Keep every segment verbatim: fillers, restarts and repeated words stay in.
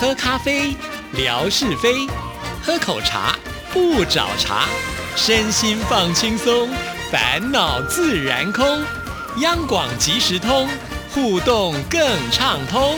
喝咖啡，聊是非；喝口茶，不找茬。身心放轻松，烦恼自然空。央广即时通，互动更畅通。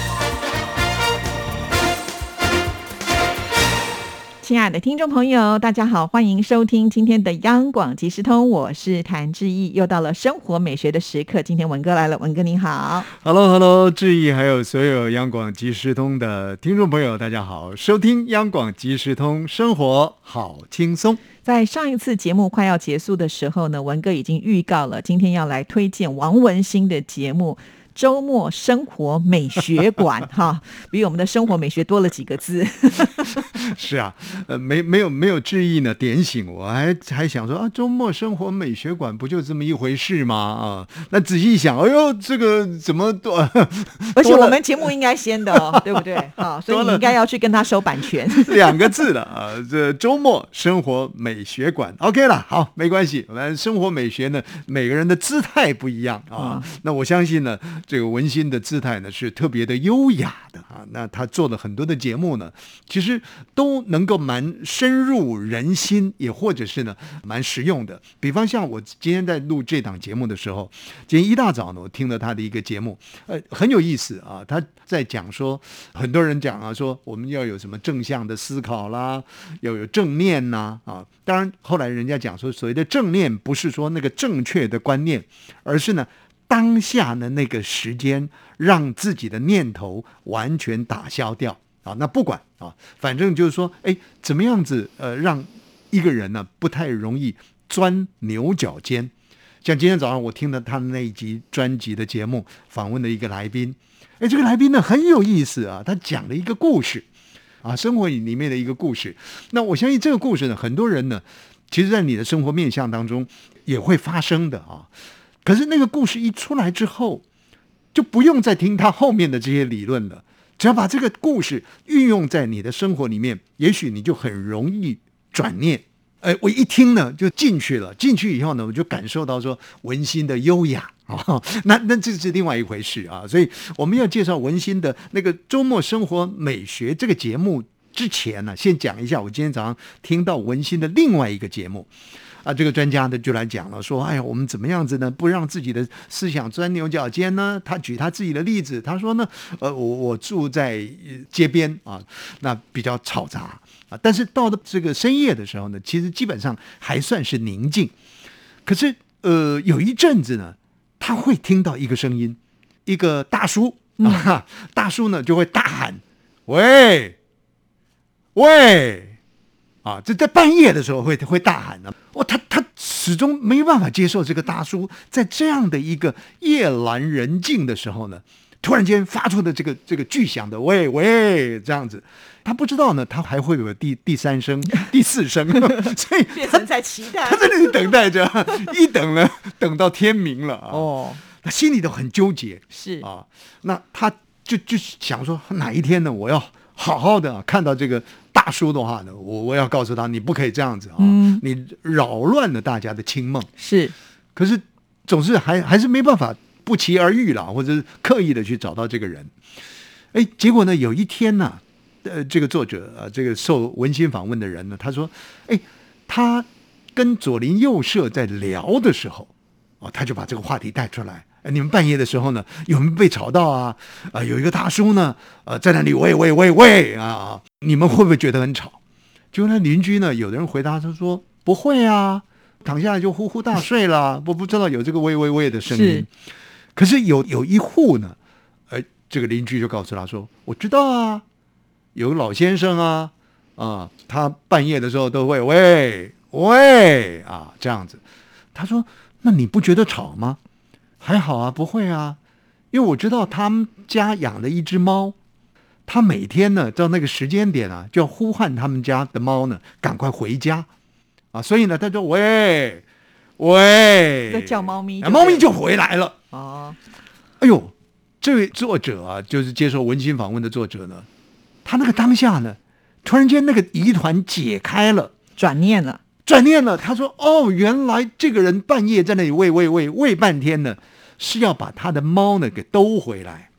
亲爱的听众朋友，大家好，欢迎收听今天的央广即时通，我是谭志毅。又到了生活美学的时刻，今天文哥来了，文哥你好。 Hello Hello， 志毅还有所有央广即时通的听众朋友大家好，收听央广即时通，生活好轻松。 在上一次节目快要结束的时候呢，文哥已经预告了今天要来推荐王文兴的节目周末生活美学馆哈，比我们的生活美学多了几个字。 是啊，呃，没没有没有志毅呢点醒我，还还想说啊，周末生活美学馆不就这么一回事吗？啊，那仔细想，哎呦，这个怎么多？ 而且我们节目应该先的哦，对不对？好，所以你应该要去跟他收版权。 两个字了啊，这周末生活美学馆 ，OK 了，好，没关系。我们生活美学呢，每个人的姿态不一样啊。嗯、那我相信呢。这个文馨的姿态呢是特别的优雅的啊，那他做了很多的节目呢，其实都能够蛮深入人心，也或者是呢蛮实用的。比方像我今天在录这档节目的时候，今天一大早呢，我听了他的一个节目，呃，很有意思啊。他在讲说，很多人讲啊，说我们要有什么正向的思考啦，要有正念呐 啊, 啊。当然后来人家讲说，所谓的正念不是说那个正确的观念，而是呢。当下的那个时间，让自己的念头完全打消掉啊！那不管啊，反正就是说，哎，怎么样子呃，让一个人呢不太容易钻牛角尖。像今天早上我听了他的那一集专辑的节目，访问的一个来宾，哎，这个来宾呢很有意思啊，他讲了一个故事啊，生活里面的一个故事。那我相信这个故事呢，很多人呢，其实在你的生活面向当中也会发生的啊。可是那个故事一出来之后，就不用再听他后面的这些理论了，只要把这个故事运用在你的生活里面，也许你就很容易转念。呃，我一听呢就进去了，进去以后呢，我就感受到说文馨的优雅啊，那那这是另外一回事啊。所以我们要介绍文馨的那个周末生活美学这个节目之前呢，先讲一下我今天早上听到文馨的另外一个节目。啊，这个专家呢就来讲了，说，哎呀，我们怎么样子呢，不让自己的思想钻牛角尖呢？他举他自己的例子，他说呢，呃，我我住在街边啊，那比较嘈杂啊，但是到了这个深夜的时候呢，其实基本上还算是宁静。可是，呃，有一阵子呢，他会听到一个声音，一个大叔啊，嗯、大叔呢就会大喊，喂，喂。啊，这在半夜的时候会会大喊呢、啊，哦，他他始终没办法接受这个大叔在这样的一个夜阑人静的时候呢，突然间发出的这个这个巨响的喂喂这样子，他不知道呢，他还会有第第三声、第四声，所以变成在期待， 他在那里等待着，一等呢，等到天明了啊，哦，他心里都很纠结， 是啊， 那他就就想说哪一天呢，我要好好的、啊、看到这个。大叔的话呢，我我要告诉他，你不可以这样子啊，嗯、你扰乱了大家的清梦。 是， 可是总是还还是没办法不期而遇了，或者是刻意的去找到这个人。哎，结果呢，有一天呢、啊，呃，这个作者呃，这个受文馨访问的人呢，他说，哎，他跟左邻右舍在聊的时候，哦，他就把这个话题带出来。你们半夜的时候呢，有没有被吵到啊？啊、呃，有一个大叔呢，呃，在那里喂喂喂喂啊，你们会不会觉得很吵？结果那邻居呢，有的人回答他说不会啊，躺下来就呼呼大睡了，我不知道有这个喂喂喂的声音。是可是有有一户呢，呃，这个邻居就告诉他说，我知道啊，有个老先生啊，啊，他半夜的时候都会喂喂啊这样子。他说，那你不觉得吵吗？还好啊，不会啊，因为我知道他们家养了一只猫，他每天呢到那个时间点啊，就要呼唤他们家的猫呢赶快回家啊，所以呢他就喂喂， 在叫猫咪， 猫咪就回来了。 哦， 哎呦，这位作者啊，就是接受文馨访问的作者呢，他那个当下呢，突然间那个疑团解开了， 转念了。 转念了，他说：“哦，原来这个人半夜在那里喂喂喂喂半天呢，是要把他的猫呢给兜回来。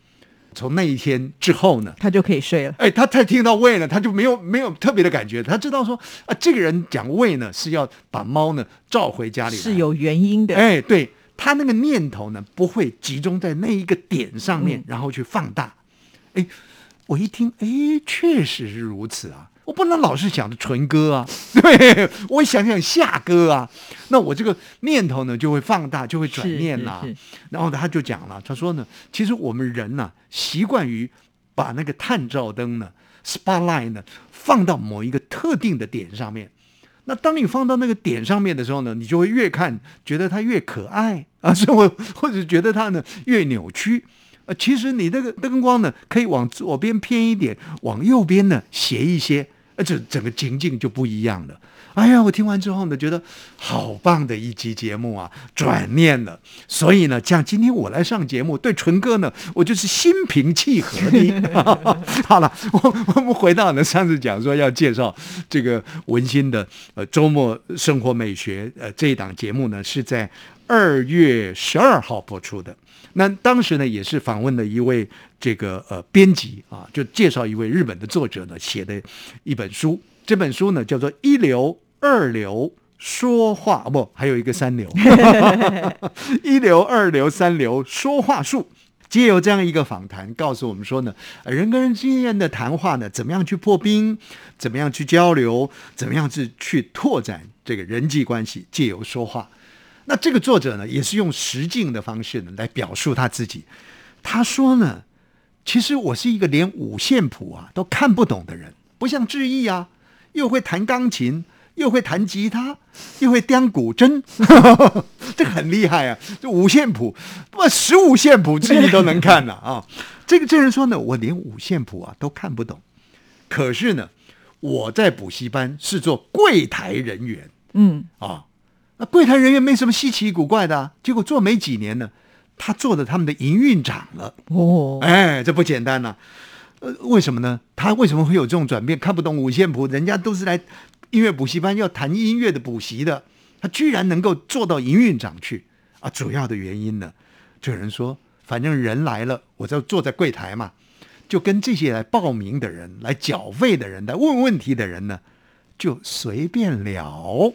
从那一天之后呢， 他就可以睡了。 哎，他才听到喂呢，他就没有没有特别的感觉，他知道说啊，这个人讲喂呢是要把猫呢召回家里来， 是有原因的。 哎，对，他那个念头呢不会集中在那一个点上面，嗯、然后去放大。哎，我一听，哎，确实是如此啊。我不能老是想着纯歌啊，对，我想想下歌啊，那我这个念头呢就会放大，就会转念啦、啊。然后他就讲了，他说呢，其实我们人呢、啊、习惯于把那个探照灯呢 spotlight 呢放到某一个特定的点上面。那当你放到那个点上面的时候呢，你就会越看觉得它越可爱啊，所以我或者觉得它呢越扭曲。呃，其实你这个灯光呢，可以往左边偏一点，往右边呢斜一些，呃，这整个情境就不一样了。哎呀，我听完之后呢，觉得好棒的一集节目啊，转念了。所以呢，像今天我来上节目，对纯哥呢，我就是心平气和的。好了，我我们回到呢上次讲说要介绍这个文心的呃周末生活美学呃这一档节目呢，是在二月十二号播出的。那当时呢，也是访问了一位这个呃编辑啊，就介绍一位日本的作者呢写的一本书。这本书呢叫做《一流、二流说话》，不，还有一个三流，一流、二流、三流说话术。藉由这样一个访谈，告诉我们说呢，人跟人之间的谈话呢，怎么样去破冰，怎么样去交流，怎么样去去拓展这个人际关系，藉由说话。那这个作者呢，也是用实境的方式呢来表述他自己。他说呢，其实我是一个连五线谱啊都看不懂的人，不像志毅啊，又会弹钢琴，又会弹吉他，又会掂古筝，这个很厉害啊！这五线谱，不，十五线谱志毅都能看了啊。这个这人说呢，我连五线谱啊都看不懂，可是呢，我在补习班是做柜台人员，嗯啊。那柜台人员没什么稀奇古怪的、啊，结果做没几年呢，他做了他们的营运长了。哦，哎，这不简单呐、啊。呃，为什么呢？他为什么会有这种转变？看不懂五线谱，人家都是来音乐补习班要弹音乐的补习的，他居然能够做到营运长去啊！主要的原因呢，这个人说，反正人来了，我就坐在柜台嘛，就跟这些来报名的人、来缴费的人、来问问题的人呢，就随便聊。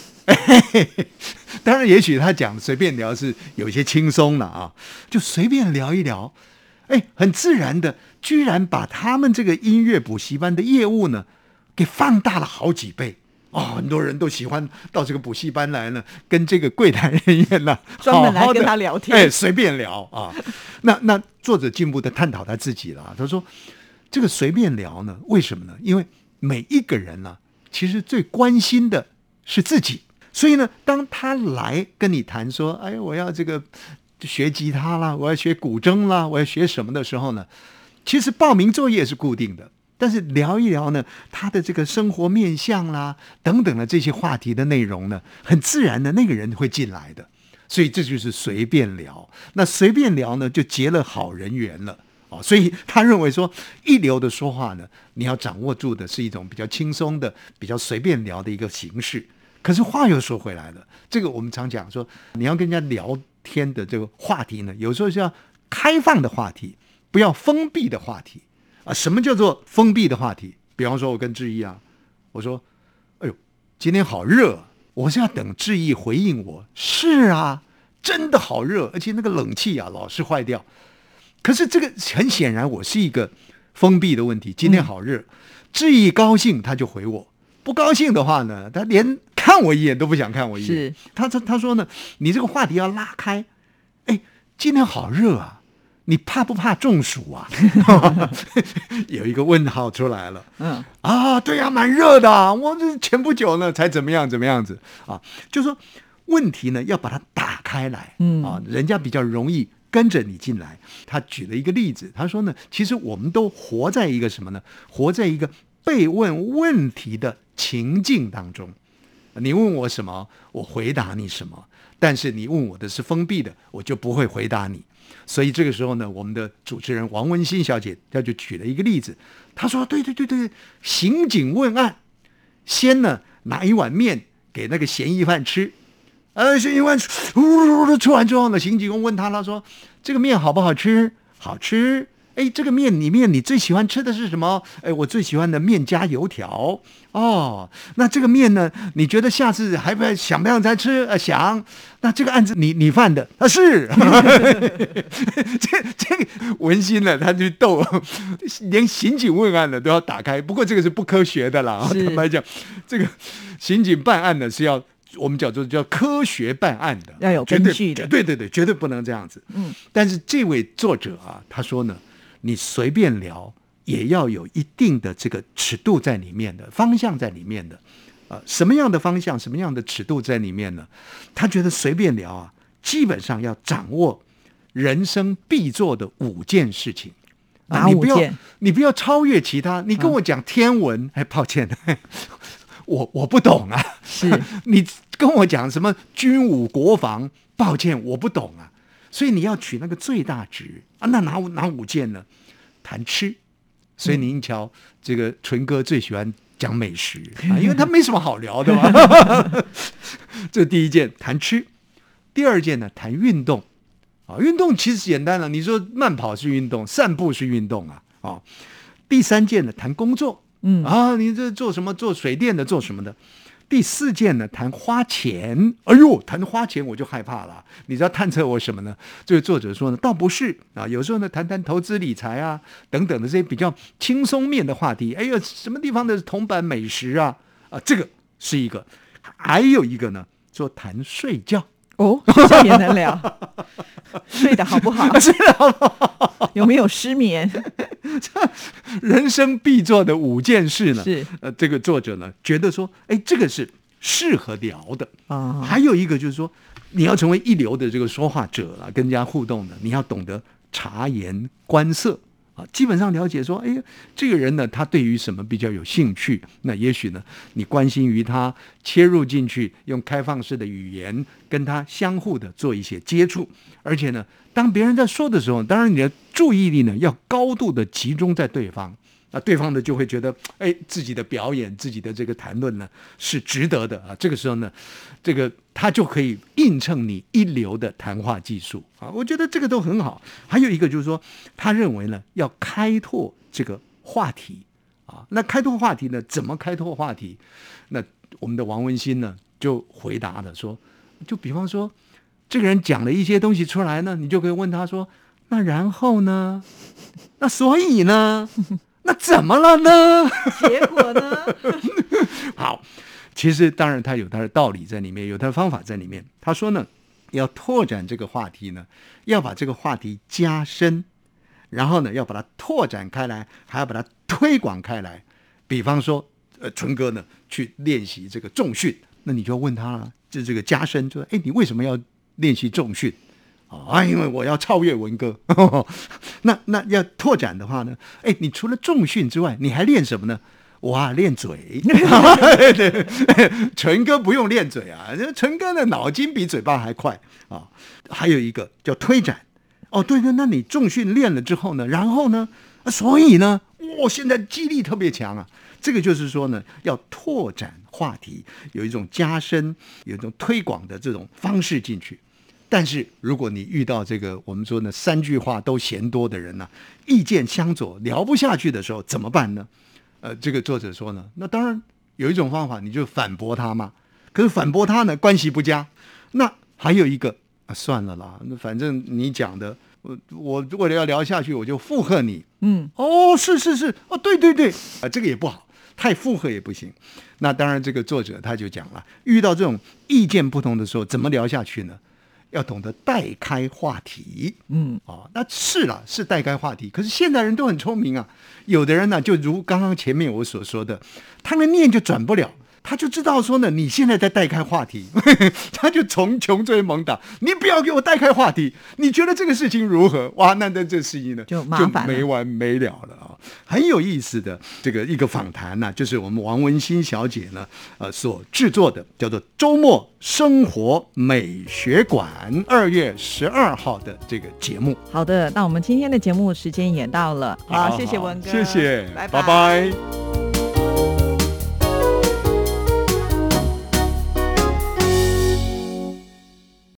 当然也许他讲随便聊是有些轻松了啊，就随便聊一聊，哎，很自然的居然把他们这个音乐补习班的业务呢给放大了好几倍哦，很多人都喜欢到这个补习班来呢，跟这个柜台人员呢专门来跟他聊天， 哎，随便聊啊。那那作者进一步的探讨他自己了，他说这个随便聊呢，为什么呢？因为每一个人呢，其实最关心的是自己。所以呢，当他来跟你谈说，哎，我要这个学吉他啦，我要学古筝啦，我要学什么的时候呢，其实报名作业是固定的，但是聊一聊呢，他的这个生活面向啦，等等的这些话题的内容呢，很自然的那个人会进来的，所以这就是随便聊。那随便聊呢，就结了好人缘了。哦，所以他认为说，一流的说话呢，你要掌握住的是一种比较轻松的、比较随便聊的一个形式。可是话又说回来了，这个我们常讲说，你要跟人家聊天的这个话题呢，有时候是要开放的话题，不要封闭的话题啊。什么叫做封闭的话题？比方说，我跟志毅啊，我说：“哎呦，今天好热。”我是要等志毅回应我：“是啊，真的好热，而且那个冷气啊老是坏掉。”可是这个很显然，我是一个封闭的问题。今天好热，嗯、志毅高兴他就回我。不高兴的话呢，他连看我一眼都不想看我一眼。是他他他说呢，你这个话题要拉开。哎，今天好热啊，你怕不怕中暑啊？有一个问号出来了。嗯啊，对啊，蛮热的、啊。我这前不久呢才怎么样怎么样子啊，就说问题呢要把它打开来。嗯啊，人家比较容易跟着你进来。他举了一个例子，他说呢，其实我们都活在一个什么呢？活在一个被问问题的情境当中，你问我什么，我回答你什么。但是你问我的是封闭的，我就不会回答你。所以这个时候呢，我们的主持人王文心小姐，她就举了一个例子，她说：“对对对对，刑警问案，先呢拿一碗面给那个嫌疑犯吃，呃，嫌疑犯呜呜的吃完之后呢，刑警问他，他说：这个面好不好吃？好吃。 哎，这个面里面你最喜欢吃的是什么？哎，我最喜欢的面加油条。哦，那这个面呢？你觉得下次还不想不想再吃？呃，想。那这个案子你你犯的啊？是。这这个文心呢，他就逗，连刑警问案的都要打开。不过这个是不科学的啦。坦白讲，这个刑警办案呢是要我们叫做叫科学办案的， 要有根据的。 对对对，绝对不能这样子。嗯。但是这位作者啊，他说呢，你随便聊。也要有一定的这个尺度在里面的，方向在里面的，呃，什么样的方向，什么样的尺度在里面呢？他觉得随便聊啊，基本上要掌握人生必做的五件事情。 哪五件？ 你不要，你不要超越其他。你跟我讲天文，哎、啊，抱歉，我我不懂啊。 是你跟我讲什么军武国防，抱歉，我不懂啊。所以你要取那个最大值啊。那哪哪五件呢？谈吃。所以您瞧，这个纯哥最喜欢讲美食啊，因为他没什么好聊的嘛。这第一件谈吃，第二件呢谈运动啊，运动其实简单了，你说慢跑是运动，散步是运动啊啊。第三件呢谈工作，嗯啊，你这做什么？做水电的，做什么的？第四件呢谈花钱，哎呦，谈花钱我就害怕了。你知道探测我什么呢？这个作者说呢，倒不是啊，有时候呢谈谈投资理财啊等等的这些比较轻松面的话题。哎呦，什么地方的铜板美食啊啊，这个是一个。还有一个呢，说谈睡觉。 哦，睡觉也能聊，睡得好不好？ 睡得好不好？ 有没有失眠？ 人生必做的五件事呢？ 是呃，这个作者呢觉得说，哎，这个是适合聊的啊、哦。还有一个就是说，你要成为一流的这个说话者啊，跟人家互动的，你要懂得察言观色啊，基本上了解说，哎呀，这个人呢，他对于什么比较有兴趣？那也许呢，你关心于他，切入进去，用开放式的语言跟他相互的做一些接触，而且呢，当别人在说的时候，当然你的注意力呢要高度的集中在对方。那对方呢就会觉得，哎，自己的表演、自己的这个谈论呢是值得的啊。这个时候呢，这个他就可以映衬你一流的谈话技术啊。我觉得这个都很好。还有一个就是说，他认为呢要开拓这个话题啊。那开拓话题呢，怎么开拓话题？那我们的王文兴呢就回答了说，就比方说，这个人讲了一些东西出来呢，你就可以问他说，那然后呢？那所以呢？那怎么了呢？ 结果呢？ 好，其实当然他有他的道理在里面，有他的方法在里面。他说呢，要拓展这个话题呢，要把这个话题加深，然后呢，要把它拓展开来，还要把它推广开来。比方说，呃，纯哥呢去练习这个重训，那你就问他了，就这个加深，就说，哎，你为什么要练习重训？啊，因为我要超越文哥。那那要拓展的话呢，哎，你除了重训之外，你还练什么呢？我啊，练嘴。对，纯哥不用练嘴啊，纯哥的脑筋比嘴巴还快啊。还有一个叫推展。哦，对的，那你重训练了之后呢，然后呢，所以呢，我、哦、现在肌力特别强啊。这个就是说呢，要拓展话题，有一种加深，有一种推广的这种方式进去。但是如果你遇到这个我们说呢三句话都嫌多的人呢、啊，意见相左，聊不下去的时候怎么办呢？呃，这个作者说呢，那当然有一种方法，你就反驳他嘛。可是反驳他呢，关系不佳。那还有一个啊，算了啦，那反正你讲的，我我为了要聊下去，我就附和你。嗯，哦，是是是，哦，对对对，啊，这个也不好，太附和也不行。那当然，这个作者他就讲了，遇到这种意见不同的时候，怎么聊下去呢？要懂得带开话题，嗯，哦，那是啦，是带开话题。可是现代人都很聪明啊，有的人呢，就如刚刚前面我所说的，他的念就转不了，他就知道说呢，你现在在带开话题，他就从穷追猛打，你不要给我带开话题，你觉得这个事情如何？哇，那那这事情呢， 就麻烦了， 就没完没了了啊！很有意思的这个一个访谈呢、啊，就是我们王文馨小姐呢，呃，所制作的，叫做周末生活美学馆，二月十二号的这个节目。 好的，那我们今天的节目时间也到了，好，好谢谢文哥， 谢谢， 拜拜。 拜拜。